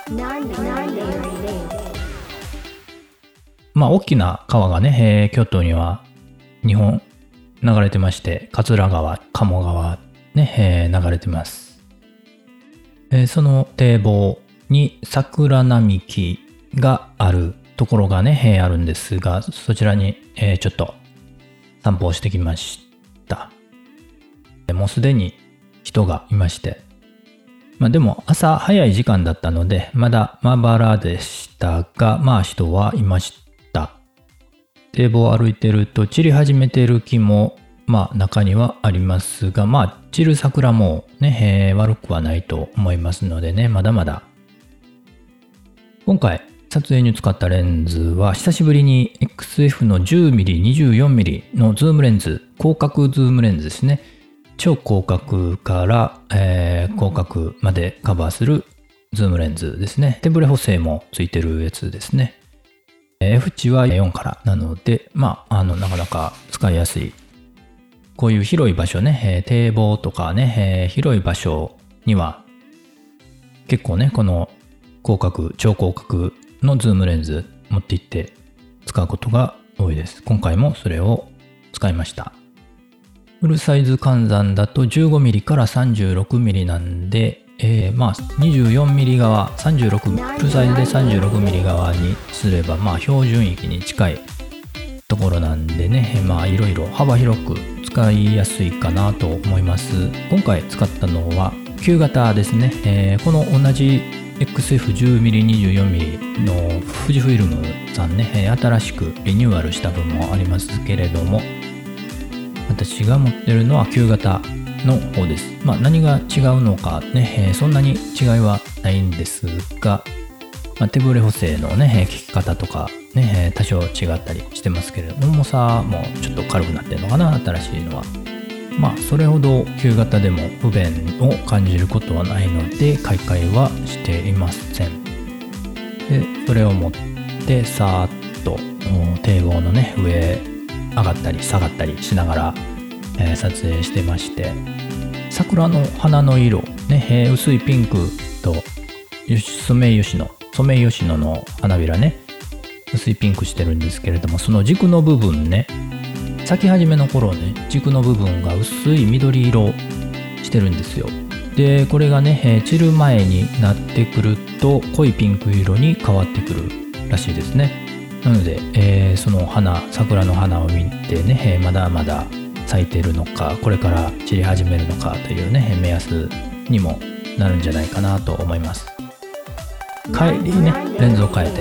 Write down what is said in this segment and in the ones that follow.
大きな川がね、京都には2本流れてまして、桂川、鴨川ね、流れてます。その堤防に桜並木があるところがね、あるんですが、そちらに、ちょっと散歩をしてきました。もうすでに人がいまして、でも朝早い時間だったので、まだまばらでしたが、人はいました。堤防を歩いてると散り始めている木も中にはありますが、散る桜もね、悪くはないと思いますのでね、まだまだ。今回撮影に使ったレンズは久しぶりに XF の 10mm、24mm のズームレンズ、広角ズームレンズですね。超広角から、広角までカバーするズームレンズですね。手ブレ補正もついてるやつですね。F 値は4からなので、なかなか使いやすい。こういう広い場所ね、堤防とかね、広い場所には結構ね、この広角、超広角のズームレンズ持って行って使うことが多いです。今回もそれを使いました。フルサイズ換算だと 15mm から 36mm なんで、24mm 側、フルサイズで 36mm 側にすれば、標準域に近いところなんでね、いろいろ幅広く使いやすいかなと思います。今回使ったのは旧型ですね。この同じ XF10mm、24mm の富士フイルムさんね、新しくリニューアルした分もありますけれども、私が持ってるのは旧型の方です。何が違うのかね、そんなに違いはないんですが、手ブレ補正のね、効き方とかね、多少違ったりしてますけれども、重さもちょっと軽くなってるのかな、新しいのは。それほど旧型でも不便を感じることはないので、買い替えはしていません。で、それを持ってさーっと堤防のね、上上がったり下がったりしながら、撮影してまして、桜の花の色ね、薄いピンクとソメイヨシノの花びらね、薄いピンクしてるんですけれども、その軸の部分ね、咲き始めの頃ね、軸の部分が薄い緑色してるんですよ。で、これがね、散る前になってくると濃いピンク色に変わってくるらしいですね。なので、その桜の花を見てね、まだまだ咲いているのか、これから散り始めるのかというね、目安にもなるんじゃないかなと思います。帰りね、レンズを変えて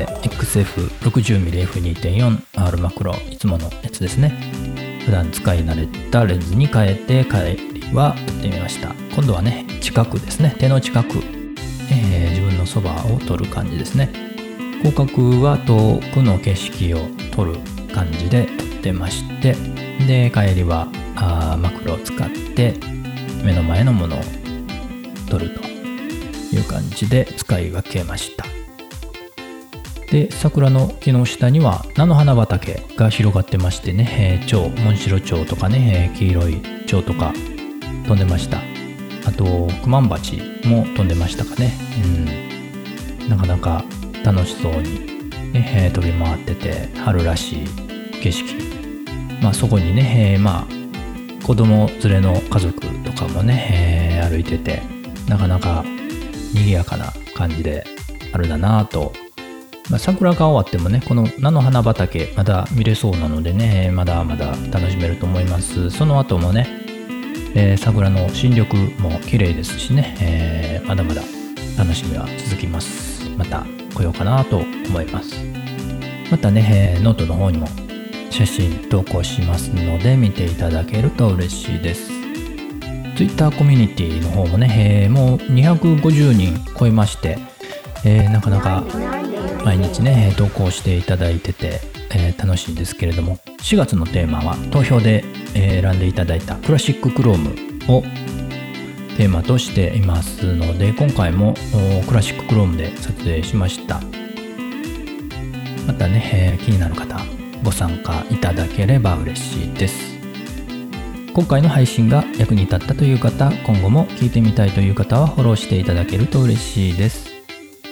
XF60mmF2.4R マクロ、いつものやつですね。普段使い慣れたレンズに変えて帰りは撮ってみました。今度はね、近くですね、手の近く、自分のそばを撮る感じですね。広角は遠くの景色を撮る感じで撮ってまして、で、帰りはマクロを使って目の前のものを撮るという感じで使い分けました。で、桜の木の下には菜の花畑が広がってましてね、蝶、モンシロチョウとかね、黄色い蝶とか飛んでました。あとクマンバチも飛んでましたかね。なかなか楽しそうに、ね、飛び回ってて春らしい景色。そこにね、子供連れの家族とかもね、歩いてて、なかなか賑やかな感じで春だなぁと。桜が終わってもね、この菜の花畑まだ見れそうなのでね、まだまだ楽しめると思います。その後もね、桜の新緑も綺麗ですしね、まだまだ楽しみは続きます。また来ようかなと思います。またね、ノートの方にも写真投稿しますので見ていただけると嬉しいです。Twitter コミュニティの方もね、もう250人超えまして、なかなか毎日ね投稿していただいてて、楽しいんですけれども、4月のテーマは投票で、選んでいただいたクラシッククロームをテーマとしていますので、今回もクラシッククロームで撮影しました。またね、気になる方ご参加いただければ嬉しいです。今回の配信が役に立ったという方、今後も聞いてみたいという方はフォローしていただけると嬉しいです。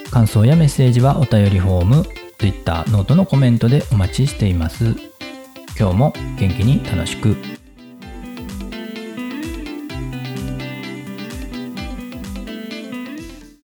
感想やメッセージはお便りフォーム、Twitter、ノートのコメントでお待ちしています。今日も元気に楽しく。